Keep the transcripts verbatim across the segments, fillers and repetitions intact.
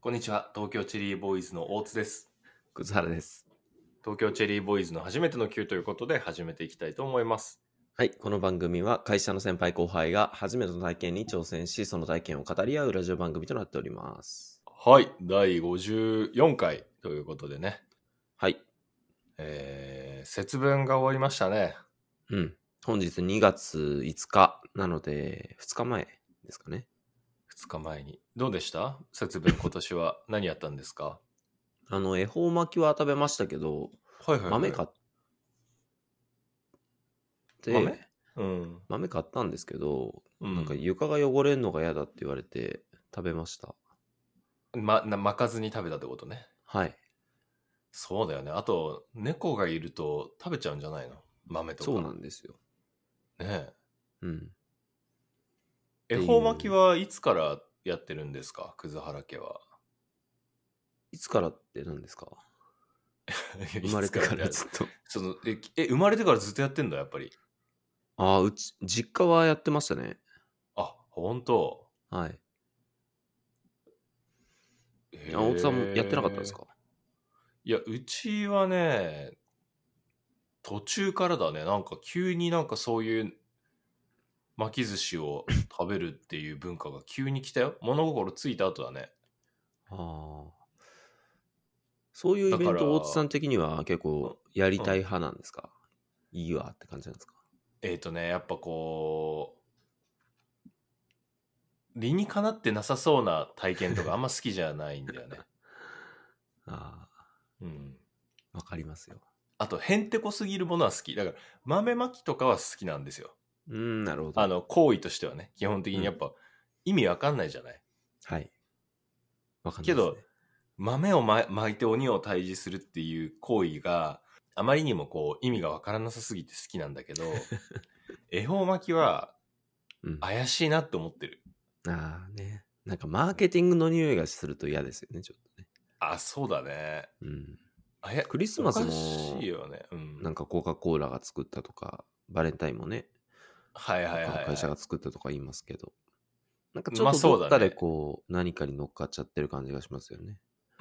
こんにちは、東京チェリーボーイズの大津です。 葛原です。 東京チェリーボーイズの初めての Q ということで始めていきたいと思います。 はい、この番組は会社の先輩後輩が初めての体験に挑戦し、その体験を語り合うラジオ番組となっております。 はい、だいごじゅうよんかいということでね。 はい。 えー、節分が終わりましたね。 うん。本日にがついつかなので、ふつかまえですかね。 ふつかまえに。どうでした節分今年は何やったんですか？ あの、恵方巻きは食べましたけど、 はいはいはい。 豆買っ豆て、 うん。 豆買ったんですけど、 うんなんか床が汚れるのが嫌だって言われて食べました。 ま、な巻かずに食べたってことね。 はい。 そうだよね。あと、猫がいると食べちゃうんじゃないの？豆とそうなか。 んですよ。 ねうん。 え。恵って方巻きいう。 はいつからやってるんですか？葛原家は。 いつからって何ですか？生いまれてかつからってあるらずっと。 そのええ生まれてからずっとやってんだやっぱり。 ああ、うち、実家はやってましたね。 あ、本当。 はい。あ、大津さんもやってなかったですへえ。 か？ いやうちはね途中からだね。なんか急になんかそういう巻き寿司を食べるっていう文化が急に来たよ。物心ついた後だね。 ああ。そういうイだからベント、大津さん的には結うん構やりうんたい派なんですか？いいわって感じなんですか？ えっ、とねやっぱこう理にかなってなさそうな体験とかあんま好きじゃないんだよね。 あうん。 あ、わかりますよ。 あと、へんてこすぎるものは好き。だから、豆まきとかは好きなんですよ。 うーん、なるほど。 あの、行為としてはね、基本的うん。 にやっぱ意味わかんないじゃない。 はい。わかんなけど、 いですね。 豆を、ま、巻いて鬼を退治するっていう行為があまりにもこう意味がわからなさすぎて好きなんだけど、恵方巻きはうん。 怪しいなって思ってる。 ああね。なんかマーケティングの匂いがすると嫌ですよね、ちょっとね。 あ、そうだね。 うん。 あや、 クリスマスおかしいも、 よね。うん。 なんかコカ・コーラが作ったとか、バレンタインもね、 はいはいはい他の会社はい。 が作ったとか言いますけど、なんかちょっまあとどっかでそうだね。 こう、何かに乗っかっちゃってる感じがしますよね。 うん。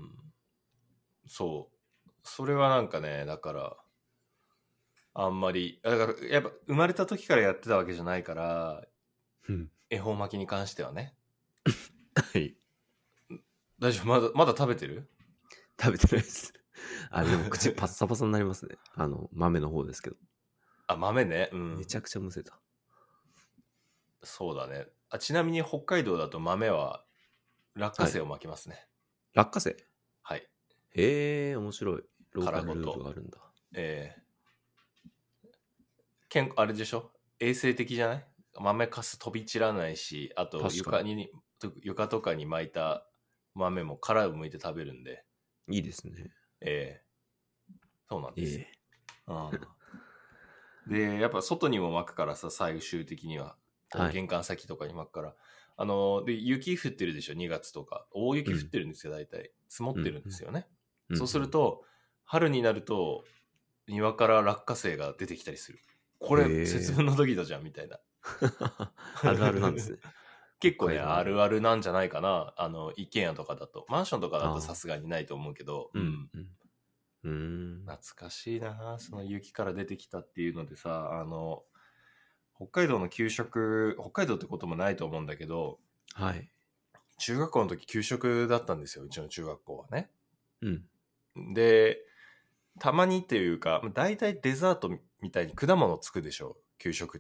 そう。それはなんかね、だから、あんまり、だから、やっぱ生まれた時からやってたわけじゃないから、 うん。 恵方巻きに関してはね。 はい。 大丈夫まだ、まだ食べてる？ 食べてないです。あれでも口パッサパサになりますね。あの、豆の方ですけど。 あ、豆ね。うん。 めちゃくちゃむせた。 そうだね。あ、ちなみに北海道だと豆は落花はい。 生を巻きますね。 落花生。 はい。 へえ、面白い。ローカルルール殻ごと。 があるんだ。 えー、健あれでしょ衛生的じゃない？豆かす飛び散らないし、あと確かに。 床に、床とかに巻いた豆も殻を剥いて食べるんで。 いいですね。 えー、そうなんですよ。 ええ。 うん。で、やっぱ外にも巻くからさ、最終的には。こうはい。 玄関先とかに巻くから。あの、で、雪降ってるでしょ、にがつとか。大雪降ってるんですよ、大体。積もってるんですよね。 うん。 そうすると、春になると、庭から落花生が出てきたりする。これ、節へえ。 分の時だじゃん、みたいな。 あるあるなんですね。 結構ね、 北海道ある。 あるあるなんじゃないかな。あの、一軒家とかだと。マンションとかだとさああ。 すがにないと思うけど、 うん。 うん。 うん。うーん。 懐かしいな、その雪から出てきたっていうのでさ、あの、北海道の給食、北海道ってこともないと思うんだけど、 はい。 中学校の時給食だったんですよ、うちの中学校はね。 うん。 で、たまにっていうか、大体デザートみたいに果物つくでしょ、給食って。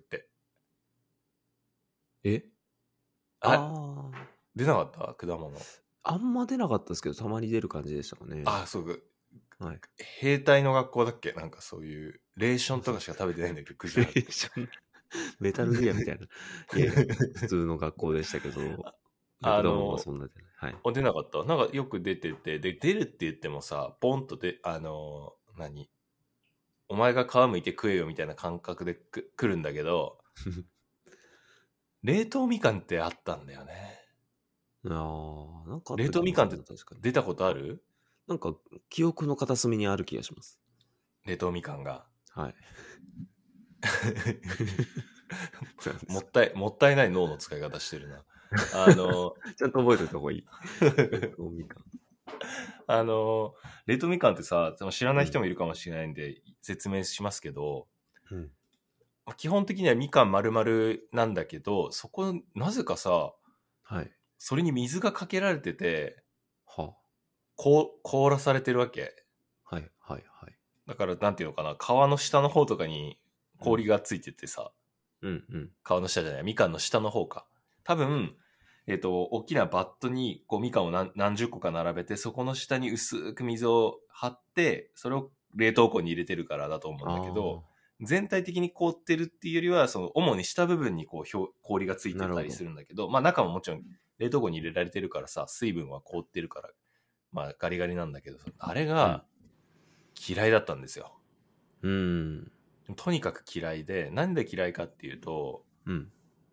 えあ、 ああ。 出なかった果物。 あんま出なかったですけど、たまに出る感じでしたかね。 あ、そうか。 はい。 兵隊の学校だっけなんかそういう、レーションとかしか食べてないんだけど、クジレラって。 ーション、メタルギアみたいな。いやいや、普通の学校でしたけど、果物はあの、 そんなでない。はい。 あ出なかった。なんかよく出てて、で、出るって言ってもさ、ポンとで、あの、何お前が皮むいて食えよみたいな感覚でく来るんだけど、冷凍みかんってあったんだよね。 ああ、なんかあっ冷た気がするな、 凍みかんって確かに。 出たことある？ なんか、記憶の片隅にある気がします。 冷凍みかんが。 はい。そうなんですか。 もったい、もったいない脳の使い方してるな。 あの、 ちゃんと覚えておいた方がいい。冷凍みかん。 あの、冷凍みかんってさ、知らない人うん。 もいるかもしれないんで、説明しますけど、 うん。 基本的にはみかん丸々なんだけど、そこ、なぜかさ、 はい。 それに水がかけられてて、 はこう、凍らされてるわけ。 あ。はい。はい。はい。 だから、なんていうのかな、皮の下の方とかに氷がついててさ、 うん。うん。 皮の下じゃない、みかんの下の方か。多分、えっと、大きなバットにこうみかんを何何十個か並べて、そこの下に薄く水を張って、それを冷凍庫に入れてるからだと思うんだけど、 あ全体的に凍ってるっていうよりは、その主に下部分にこう表氷がつあ。 いてたりなるほど。 するんだけど、まあ中ももちろん冷凍庫に入れられてるからさ、水分は凍ってるから、まあガリガリなんだけど、あれが嫌いだったんですよ。 うん。うん。 とにかく嫌いで、なんで嫌いかっていうと、 うん。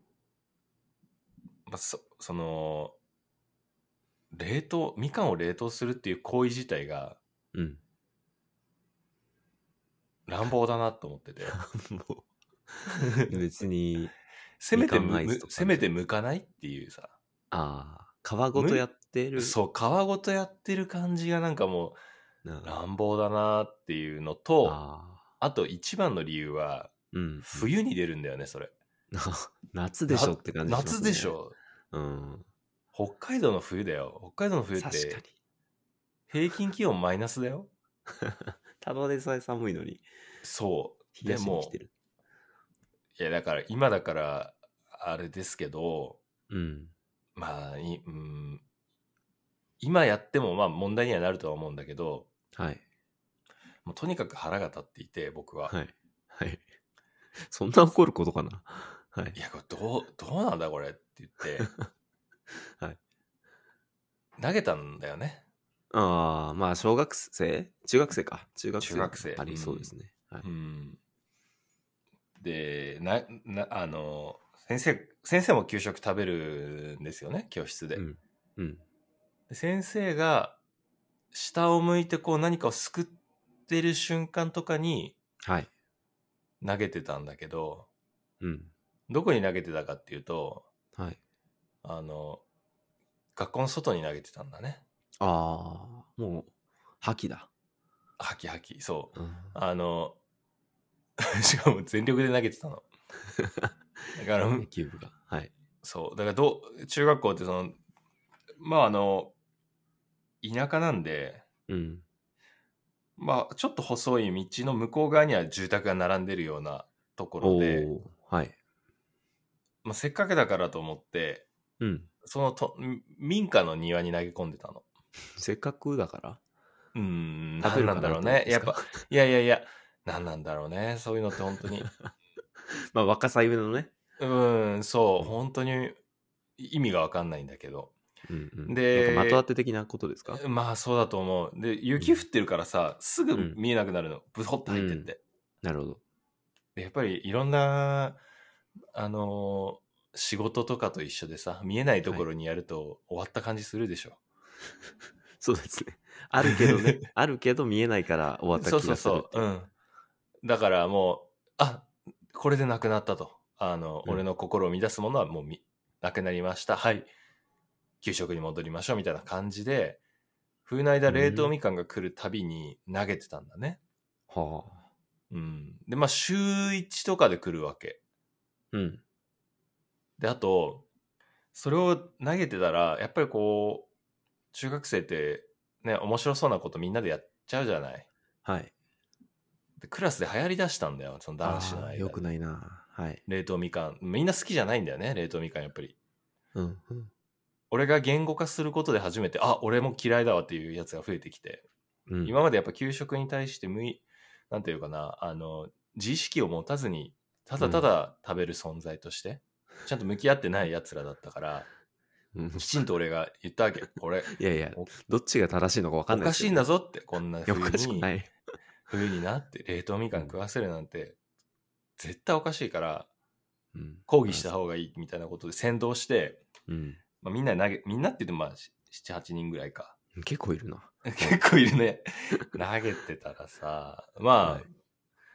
まあ、そその、冷凍、みかんを冷凍するっていう行為自体がうん。 乱暴だなと思ってて。 もう、別に、 せめてむ、 みかんアイスむとかじゃ。 せめて剥かないっていうさ。 ああ。皮ごとむやってる。 そう、皮ごとやってる感じがなんかもうな乱暴だなっていうのと、 ああ。 あと一番の理由は、 うん。うん。 冬に出るんだよね、それ。 夏でしょな、 って感じしま夏すね。 でしょ。 うん。 北海道の冬だよ。北海道の冬っ確かに。 て平均気温マイナスだよ。 ただでさえ寒いのに、 そう。 冷やでも、 しに来てる。 いやだから今だからあれですけど、 うん。 まあ、いうん、今やってもまあ問題にはなるとは思うんだけど、 はい。 もうとにかく腹が立っていて、僕は。 はい。はい。そんな怒ることかな。はい。 いや、これどう、どうなんだこれって言って、 はい。 投げたんだよね。 ああ、まあ、小学生中学生か。中学生な中学生。 らありそうでうん。 すね。はい。 うん。で、な、な、あの、先生、先生も給食食べるんですよね、教室で。 うん。うん。 で先生が下を向いてこう何かをすくってる瞬間とかにはい。 投げてたんだけど、 うん。 どこに投げてたかっていうと、 はい。 あの、学校の外に投げてたんだね。 ああ、もう、覇気だ。 はきはき、そう。 うん。 あの、しかも全力で投げてたの。だから、 野球部が。はい。 そう。だからどう、中学校ってその、まああの、田舎なんで、 うん。 まあちょっと細い道の向こう側には住宅が並んでるようなところで、 おお、はい。 まあ、せっかくだからと思って、 うん。 そのと民家の庭に投げ込んでたの。 せっかくだから。 うーん、なんなん食べるかなだろうね。 と思ってですか？ やっぱ、いやいやいや、なんなんだろうね。そういうのって本当に。 まあ、若さゆえのね。 うーん、そう、 うん。 本当に意味がわかんないんだけど。 うんうん。なんか的当で、 て的なことですか？ まあそうだと思う。で、 うん。 雪降ってるからさ、すぐうん。 見えなくなるの。ブホッとうん。 入ってって。 なるほど。 で、やっぱりいろんな、あのー仕事とかと一緒でさ、見えないとはい。 ころにやると終わった感じするでしょ。 そうですね。あるけどね。あるけど見えないから終わったそう気がそうそう。 するっていう。 うん。だからもう、あ、これでなくなったと。あの、 うん。 俺の心を乱すものはもうみなくなりました。はい。給食に戻りましょうみたいな感じで、冬の間冷凍うん。 みかんが来るたびに投げてたんだね。 はあ。 うん。で、まあ週いちとかで来るわけ。 うん。 で、あと、それを投げてたら、やっぱりこう、中学生ってね、面白そうなことみんなでやっちゃうじゃない。 はい。 で、クラスで流行り出したんだよ。その男子のああ、よく間で。 ないな。はい。 冷凍みかん。みんな好きじゃないんだよね、冷凍みかんやっぱり。 うんうん。 俺が言語化することで初めて、あ、俺も嫌いだわっていうやつが増えてきて、 うん。 今までやっぱ給食に対して無い、なんていうかな、あの、自意識を持たずに、ただただ食べる存在として、ちゃんと向き合ってない奴らだったから、 うん。 きちんと俺が言ったわけ。これ、 いやいや、 おどっちが正しいのか分かおかしいんだんないですけどね。 ぞって、こんないや、お冬に、 かしくない。 冬になって冷凍みかん食わせるなんて、絶対おかしいから、 うん。 抗議した方がいいみたいなことで先導して、 うん。ままあ、みんな投げ、みんなって言ってもまあ、なな、はちにんぐらいか。 あ、結構いるな。 結構いるね。投げてたらさ、まあ、 はい。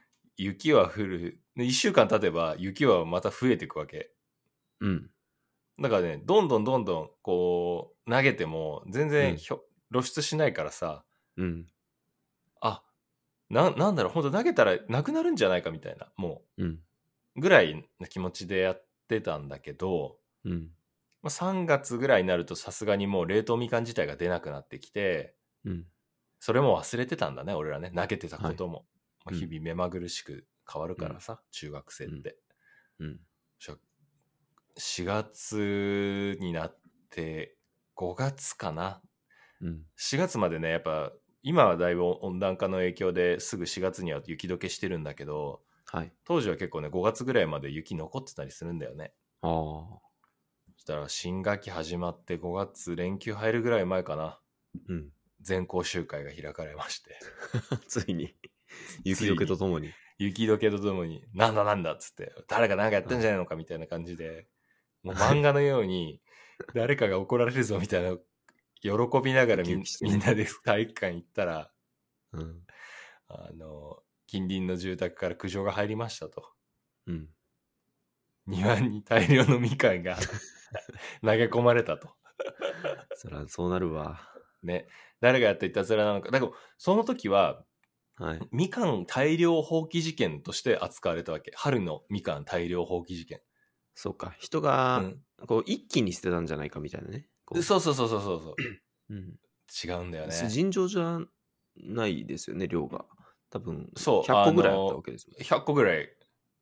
雪は降る。いっしゅうかん経てば雪はまた増えていくわけ。 うん。 だからね、どんどんどんどんこう投げても全うん。 然ひょ、露出しないからさ、 うん。 あ、な、なんだろう、ほんと投げたらなくなるんじゃないかみたいな、もうん。 う、ぐらいの気持ちでやってたんだけど、 うん。 まあ、さんがつぐらいになるとさすがにもう冷凍みかん自体が出なくなってきて、 うん。 それも忘れてたんだね、俺らね。投げてたはい。 ことも。まあうん。 日々目まぐるしく変わるうん。 からさ、中学生っうん。 て。 うん。 ししがつになってごがつかな。 うん。 しがつまでね、やっぱ今はだいぶ温暖化の影響ですぐしがつには雪解けしてるんだけど、 はい。 当時は結構ね、ごがつぐらいまで雪残ってたりするんだよね。 ああ。 そしたら新学期始まってごがつ連休入るぐらい前かな。 うん。 全校集会が開かれまして。 ついに、雪解けとともに。 雪解けとともに、なんだなんだっつって、誰かなんかやってんじゃないのかみたいな感じで、もう漫画のように、誰かが怒られるぞみたいな、喜びながらみ,、ね、みんなで体育館行ったら、 うん、 あの、近隣の住宅から苦情が入りましたと。 うん、 庭に大量のみかんが投げ込まれたと。 そらそうなるわ。 ね。誰がやったいたずらなのか。だからその時は、はい、みかん大量放棄事件として扱われたわけ。春のみかん大量放棄事件。 そうか。人が、うん、こう一気に捨てたんじゃないかみたいなね。 そうそうそうそうそうそう。うん、違うんだよね。 尋常じゃないですよね、量が。多分、 そうひゃっこぐらいあったわけですもん。 ひゃっこぐらい。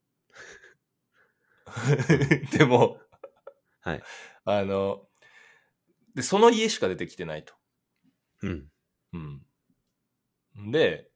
でも、 はい。 あの、で、その家しか出てきてないと。 うん。 うん。で、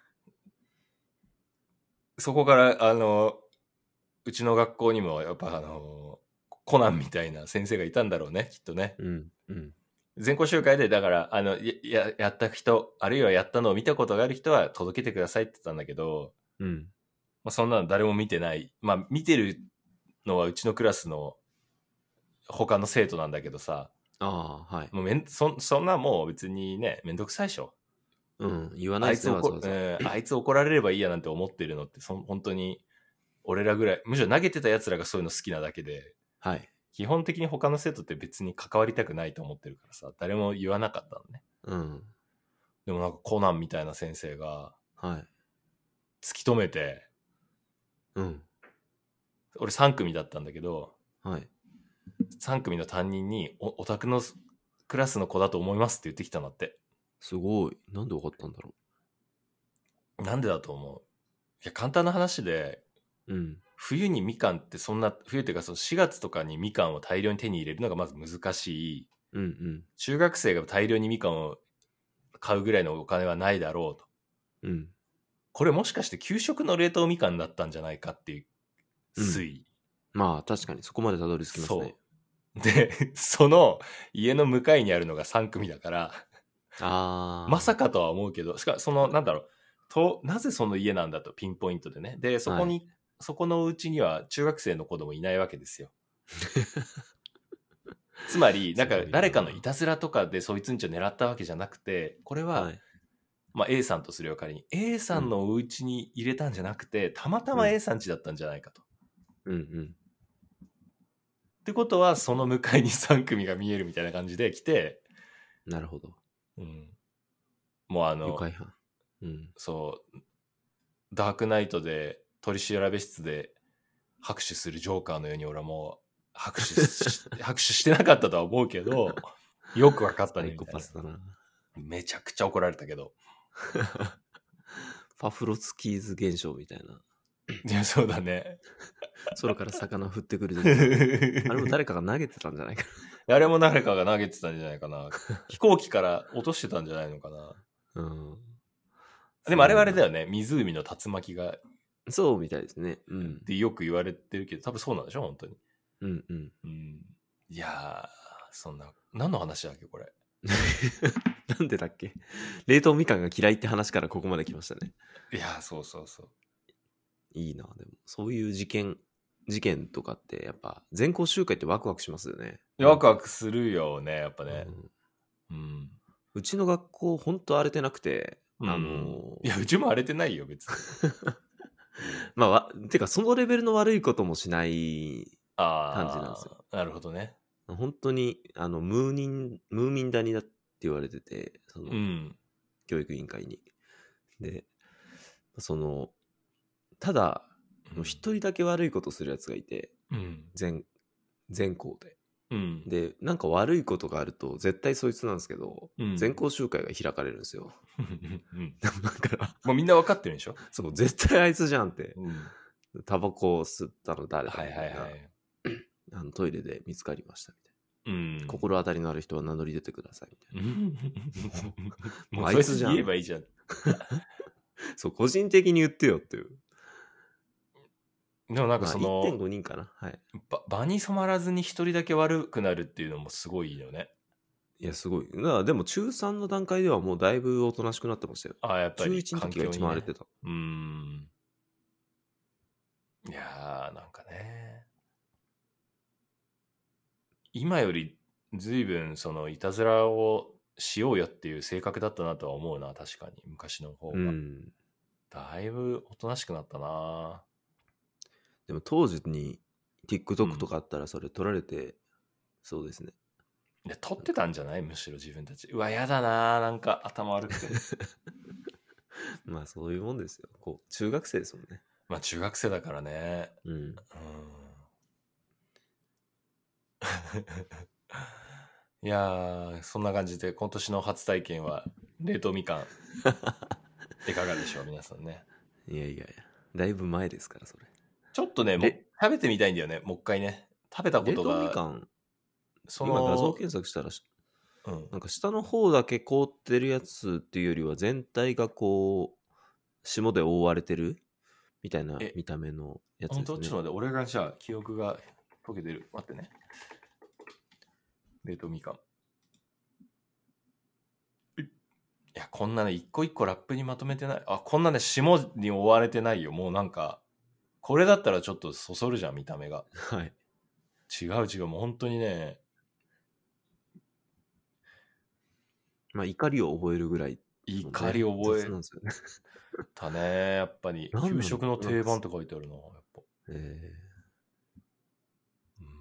そこから、あの、うちの学校にも、やっぱあの、コナンみたいな先生がいたんだろうね、きっとね。 うん。うん。 全校集会で、だから、あの、や、やった人、あるいはやったのを見たことがある人は届けてくださいって言ったんだけど、うん。まあ、そんなの誰も見てない。まあ、見てるのはうちのクラスの他の生徒なんだけどさ。 ああ、はい。 もうめん、そ、そんなもう別にね、めんどくさいでしょ。 うん、言わないですね、 あいつ怒、えー、あいつ怒られればいいやなんて思ってるのって、そ本当に、俺らぐらい、むしろ投げてた奴らがそういうの好きなだけで、 はい。 基本的に他の生徒って別に関わりたくないと思ってるからさ、誰も言わなかったのね。うん。でもなんかコナンみたいな先生が、はい。突き止めて、うん。俺さん組だったんだけど、はい。さん組の担任に、お、お宅のクラスの子だと思いますって言ってきたんだって。 すごい。なんで分かったんだろう。なんでだと思う？いや、簡単な話で、うん。冬にみかんってそんな、冬っていうかそのしがつとかにみかんを大量に手に入れるのがまず難しい。うんうん。中学生が大量にみかんを買うぐらいのお金はないだろうと。うん。これもしかして給食の冷凍みかんだったんじゃないかっていう推移。 うん、まあ確かにそこまでたどり着きますね。 そう。で、その家の向かいにあるのがさん組だから、 あまさかとは思うけど、しかもその、なんだろう、と、なぜその家なんだとピンポイントでね。で、そこに、はい、そこのうちには中学生の子供いないわけですよ。つまり、なんか誰かのいたずらとかでそいつんちを狙ったわけじゃなくて、これは、はい、まあ A さんとするよ仮に。A さんのお家に入れたんじゃなくて、うん、たまたま A さんちだったんじゃないかと。うんうん。ってことは、その向かいにさん組が見えるみたいな感じで来て、 なるほど。 うん。もうあの、 愉快犯。うん。 そう、ダークナイトで取り調べ室で拍手するジョーカーのように俺はもう拍手し、拍手してなかったとは思うけど、よくわかったねみたいな。サイコパスだな。めちゃくちゃ怒られたけど。 パフロツキーズ現象みたいな。 いや、そうだね。 空から魚降ってくる。あれも誰かが投げてたんじゃないかな。あれも誰かが投げてたんじゃないかな。飛行機から落としてたんじゃないのかな。うん。でもあれはあれだよね。湖の竜巻が。 そうみたいですね。うん。 でよく言われてるけど、多分そうなんでしょ本当に。 うんうん。 うん、いやー、そんな、何の話だっけこれ。 なんでだっけ冷凍みかんが嫌いって話からここまで来ましたね。 いやー、そうそうそう。 いいな、でも。そういう事件、事件とかってやっぱ全校集会ってワクワクしますよね。 ワクワクするよね、やっぱね。 うん。うん、うちの学校ほんと荒れてなくて、 うん、あのー、いや、うちも荒れてないよ、別に。 まあ、てかそのレベルの悪いこともしない感じなんですよ。 なるほどね。 本当にあのムーニンムーミン谷だって言われてて、その、 うん。 教育委員会に。で、そのただうん一人だけ悪いことするやつがいて、 うん。 全全校で。 うん。 で、なんか悪いことがあると絶対そいつなんですけど、 うん全校集会が開かれるんですよ。 うんだからもうみんなわかってるんでしょ。 そう絶対あいつじゃんって。 うん。 タバコを吸ったの誰だはいみたな、 はいいはい。 あのトイレで見つかりましたみたいうんな。。心当たりのある人は名乗り出てくださいみたいな。 もうあいつじゃんあいつ言えばいいじゃん。 そう、個人的に言ってよっていう。 でもなんかまあその、 いってんごにんかな。はい。 ば場に染まらずに一人だけ悪くなるっていうのもすごいよね。 いや、すごい。だからでも中さんの段階ではもうだいぶおとなしくなってましたよ。 ああ、やっぱり中いちの時が一番荒れてた。 うーん。いやー、なんかね。今より随分そのいたずらをしようよっていう性格だったなとは思うな、確かに。昔の方が。 うん。 だいぶおとなしくなったな。 でも当時に TikTok とかあったらそれ撮られて、そうですね。 いや、撮ってたんじゃない？むしろ自分たち。うわ、やだな。なんか頭悪くて。 まあそういうもんですよ。こう、中学生ですもんね。 まあ中学生だからね。 うん。 うん。いやー、そんな感じで今年の初体験は冷凍みかんいかがでしょう皆さんね。 いやいやいや、だいぶ前ですから、それ。 ちょっとね、もで食べてみたいんだよね、もう一回ね。食べたこ冷とが、 凍みかん、 その、 今画像検索したら、 うん、 なんか下の方だけ凍ってるやつっていうよりは全体がこう、霜で覆われてるみたいなえ見た目のやつ本ですね。 当ちょっと待って、俺がじゃあ記憶が溶けてる。待ってね。冷凍みかん。いや、こんなね、一個一個ラップにまとめてない。あ、こんなね、霜に覆われてないよ。もうなんか、これだったらちょっとそそるじゃん、見た目が。 はい。 違う違う、もう本当にね、 まあ怒りを覚えるぐらい、 怒り覚え雑なんですよね。 たね。やっぱり、 なんなの給食の定番って書いてあるな、やっぱ。 えうーん。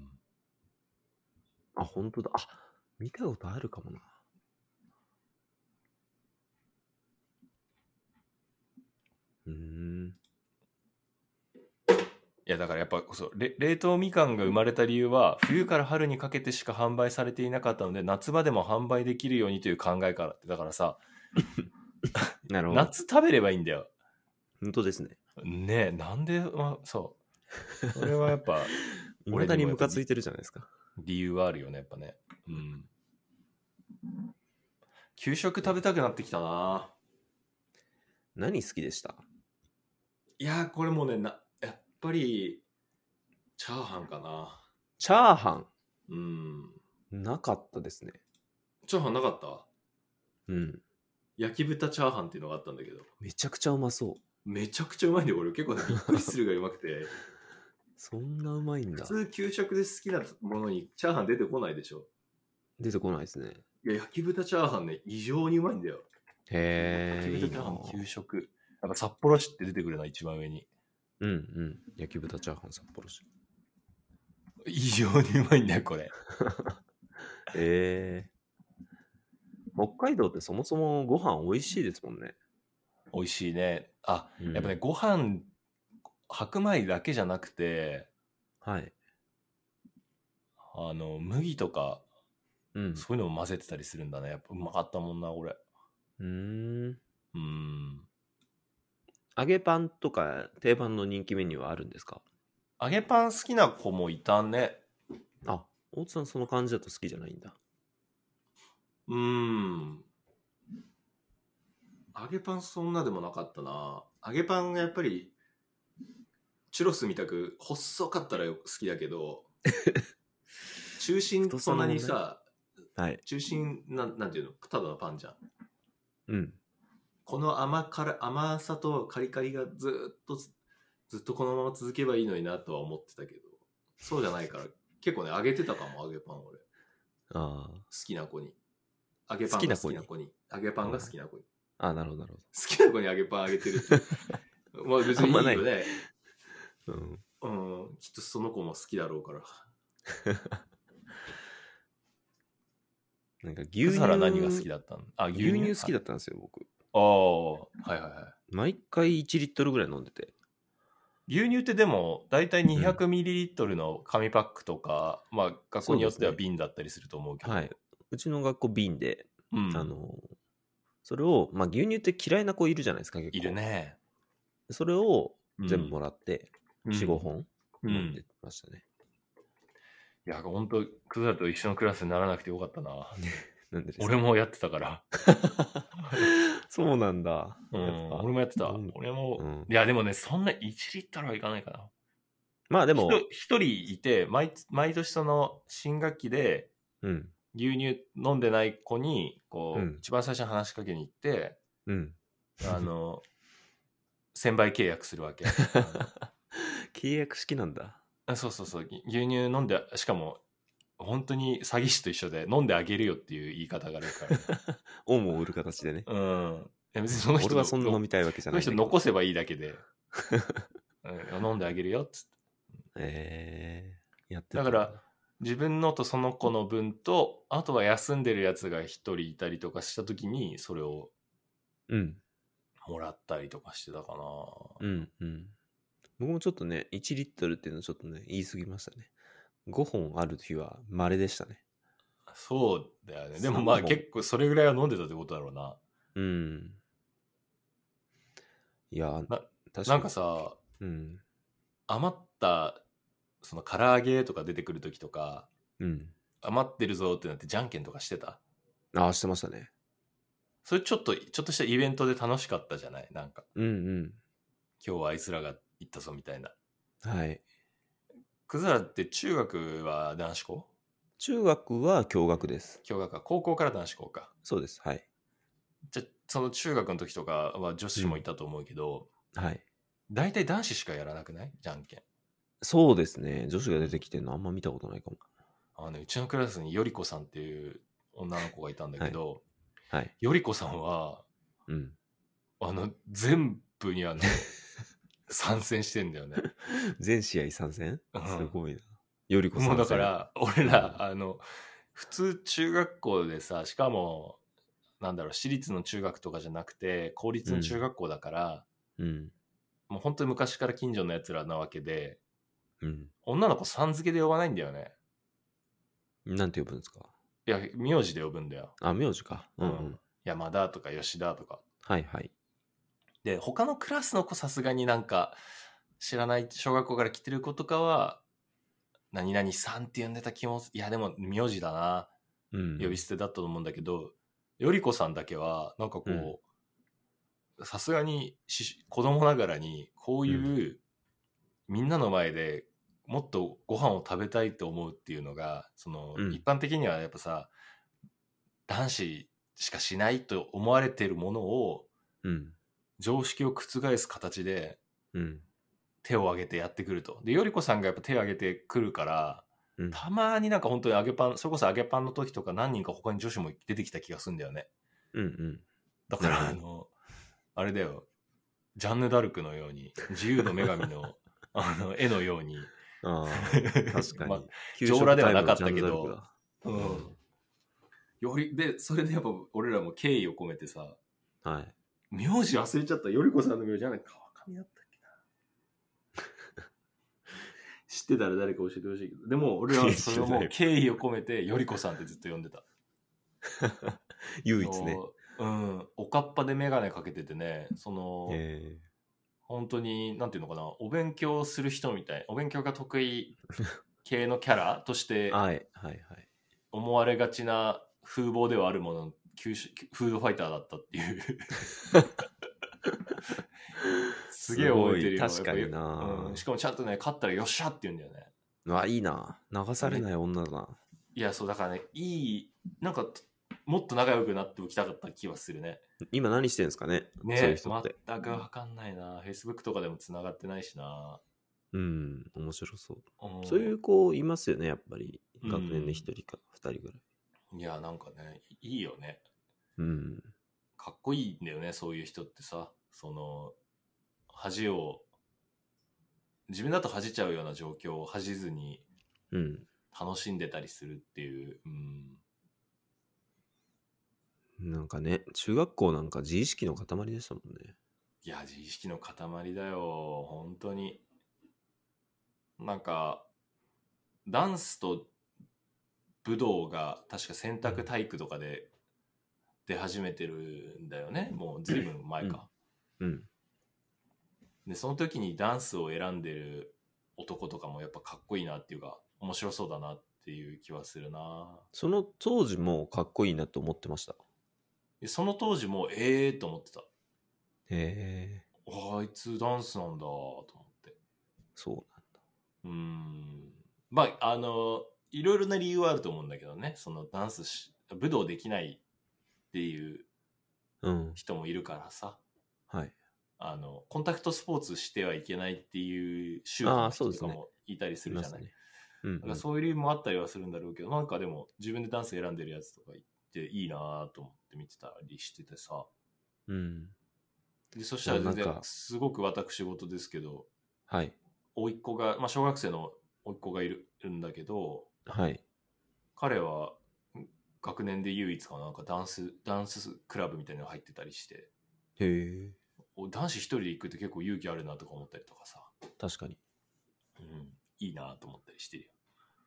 ー、あ、本当だ。あ、見たことあるかもな。うーん。 いやだからやっぱそうれ冷凍みかんが生まれた理由は冬から春にかけてしか販売されていなかったので夏場でも販売できるようにという考えからってだからさなるほど。 夏食べればいいんだよ本当ですね。 ねえなんで、まあ、そうそれはやっぱいまだにムカついてるじゃないですか。 理由はあるよねやっぱねうん給食食べたくなってきたな何好きでした？ いやーこれもうねなやっぱりチャーハンかなチャーハンうんなかったですね。 チャーハンなかったうん。 焼き豚チャーハンっていうのがあったんだけどめちゃくちゃうまそう。 めちゃくちゃうまいんだよ俺結構ねびっくりするがうまくてそんなうまいんだ。 普通給食で好きなものにチャーハン出てこないでしょ出てこないですね。 いや焼き豚チャーハンね異常にうまいんだよへえ。 焼き豚チャーハンいいな給食なんか札幌市って出てくるな一番上にうんうん。焼き豚チャーハン札幌市。 異常にうまいんだよこれへえ。北海道ってそもそもご飯美味しいですもんね。 美味しいねあ、 うんやっぱねご飯白米だけじゃなくてはい。 あの麦とかうん。 そういうのも混ぜてたりするんだねやっぱうまかったもんな俺うーん。 うん揚げパンとか定番の人気メニューはあるんですか？ 揚げパン好きな子もいたねあ、大津さんその感じだと好きじゃないんだ。 うーん揚げパンそんなでもなかったな揚げパンがやっぱりチュロスみたく細かったら好きだけど中心そんなにさ、 はい。 中心な ん, なんていうのただのパンじゃんうん。 この 甘, から甘さとカリカリがずっとずっとこのまま続けばいいのになとは思ってたけどそうじゃないから結構ね揚げてたかも揚げパン俺ああ。 好きな子に揚げパンが好きな子に揚げパンが好きな子にああ、なるほど、なるほ好きな子に揚げパンあげてるってまあ別にいいよねど。うん。 うん、きっとその子も好きだろうからなんか牛乳。 葛原何が好きだったの？あ、牛乳。 牛乳好きだったんですよ、僕。 ああ、はいはいはい。 毎回いちリットルぐらい飲んでて。 牛乳ってでも、だいたい にひゃくミリリットル の紙パックとか、うん、まあ、学校によっては瓶だったりすると思うけど。 はい。うちの学校瓶で、 うん、 あの、それを、まあ、牛乳って嫌いな子いるじゃないですか、結構。 いるね。 それを全部もらって、うん、よん、ごほん飲んでましたね。 うん、いや、ほんと、クズラと一緒のクラスにならなくてよかったな。 なんでですか？ 俺もやってたから。 そうなんだ。 うん、俺もやってた。俺も、うん、いや、でもね、そんないちリットルはいかないかな。 まあでも、 一人いて、毎、毎年その新学期で、うん、牛乳飲んでない子に、こう、うん、一番最初に話しかけに行って、うん、あの、専売契約するわけ。 契約式なんだ。 あ、そうそうそう。牛乳飲んで、しかも、本当に詐欺師と一緒で、飲んであげるよっていう言い方があるから、ね。 恩を売る形でね。 うん。いや別にその人俺はそんな飲みたいわけじゃないんだけど。 その人残せばいいだけで、うん、飲んであげるよっつって。 えー、やってただから、自分のとその子の分と、あとは休んでるやつが一人いたりとかしたときに、それを、うん。もらったりとかしてたかな。 うんうん。僕もちょっとね、いちリットルっていうのはちょっとね、言い過ぎましたね。ごほんある日は稀でしたね。 そうだよね。でもまあ結構それぐらいは飲んでたってことだろうな。 うん。いや、 な、なんかさ、うん、余った、その唐揚げとか出てくるときとか、うん、余ってるぞってなってじゃんけんとかしてた？ ああ、してましたね。 それちょっと、ちょっとしたイベントで楽しかったじゃない？なんか。 うんうん。 今日はあいつらが行ったぞみたいな。 はい。 くずらって中学は男子校？ 中学は共学です。 共学か。高校から男子校か。 そうです。はい。 じゃ、その中学の時とかは女子もいたと思うけど、 うん、はい。 大体男子しかやらなくない？じゃんけん。 そうですね。女子が出てきてるのあんま見たことないかも。 あのね、うちのクラスによりこさんっていう女の子がいたんだけど、 はい。はい、 よりこさんは、うん。あの、全部にあの、参戦してんだよね。 全試合参戦、うん、すごいな。よりこ参戦。 もうだから、俺ら、うん、あの、普通中学校でさ、しかも、なんだろう、私立の中学とかじゃなくて、公立の中学校だから、うん、もう本当に昔から近所のやつらなわけで、うん、女の子さん付けで呼ばないんだよね。 なんて呼ぶんですか？ いや、名字で呼ぶんだよ。 あ、名字か。 うん、うん。山田とか吉田とか。 はいはい。 で、他のクラスの子さすがになんか、知らない小学校から来てる子とかは、何々さんって呼んでた気も、いやでも名字だな。うん、呼び捨てだったと思うんだけど、よりこさんだけは、なんかこう、さすがに子供ながらに、こういう、うん、みんなの前でもっとご飯を食べたいと思うっていうのが、その、うん、一般的にはやっぱさ、男子しかしないと思われているものを、うん、常識を覆す形で、うん、手を挙げてやってくると。で、よりこさんがやっぱ手を挙げてくるから、うん、たまになんか本当に揚げパン、それこそ揚げパンの時とか何人か他に女子も出てきた気がするんだよね。 うんうん。 だから、あの、あれだよ、ジャンヌ・ダルクのように、自由の女神のあの絵のように、 あ確かに。まあ、 上裸ではなかったけど、うん。より、で、それでやっぱ俺らも敬意を込めてさ、はい。名字忘れちゃった。よりこさんの名字じゃない、川上だったっけな。知ってたら誰か教えてほしいけど。でも俺はそれをもう敬意を込めて、よりこさんってずっと呼んでた。 唯一ね。 うん。おかっぱでメガネかけててね、その、えー、本当に、なんていうのかな、お勉強する人みたい、お勉強が得意系のキャラとして、はい、はい、はい。思われがちな風貌ではあるもの、フードファイターだったっていう。すげえ覚えてるよ。 確かにな、 うん。しかもちゃんとね、勝ったらよっしゃって言うんだよね。 あ、いいな。流されない女だな。 いや、そう、だからね、いい、なんか、もっと仲良くなっておきたかった気はするね。 今何してるんですかね、 ね、 そういう人って。 全くわかんないな。Facebook とかでも繋がってないしな。 うん、面白そう。うん、そういう子いますよね、やっぱり。学年で一人か二人ぐらい。 いや、なんかね、いいよね。 うん。 かっこいいんだよね、そういう人ってさ。その、恥を、自分だと恥じちゃうような状況を恥じずに、楽しんでたりするっていう。うん。 なんかね、中学校なんか自意識の塊でしたもんね。 いや、自意識の塊だよ。本当に。なんか、ダンスと武道が確か選択体育とかで出始めてるんだよね。もう随分前か。 うん。 で、その時にダンスを選んでる男とかもやっぱかっこいいなっていうか、面白そうだなっていう気はするな。 その当時もかっこいいなと思ってました。 でその当時もええーと思ってた。 へえ、 ああいつダンスなんだと思って。 そうなんだ。 うーん。まあ、あの、いろいろな理由はあると思うんだけどね。そのダンスし、武道できないっていううん。 人もいるからさ。 はい。 あの、コンタクトスポーツしてはいけないっていう宗ああ、 派のそうですね。 人とかもいたりするじゃない。 いますね。うん、 だからうん。 そういう理由もあったりはするんだろうけど、なんかでも自分でダンス選んでるやつとか言っていいなと思って見てたりしててさ。 うん。 で、そしたもら全然うなんか、 すごく私事ですけど、 はい。 甥っ子が、まあ小学生の甥っ子がいるいるんだけど、 はい。 彼は学年で唯一かな、なんかダンス、ダンスクラブみたいなの入ってたりして、 へえ、 お男子一人で行くって結構勇気あるなとか思ったりとかさ、 確かに。 うん、いいなと思ったりしてるよ。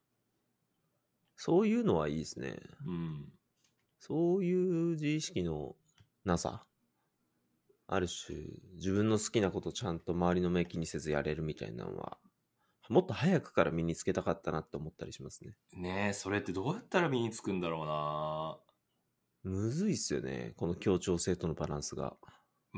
そういうのはいいですね。 うん。 そういう自意識のなさ。ある種、自分の好きなことちゃんと周りの目気にせずやれるみたいなのは、もっと早くから身につけたかったなって思ったりしますね。 ねえ、それってどうやったら身につくんだろうな。 むずいっすよね。この協調性とのバランスが。 うん。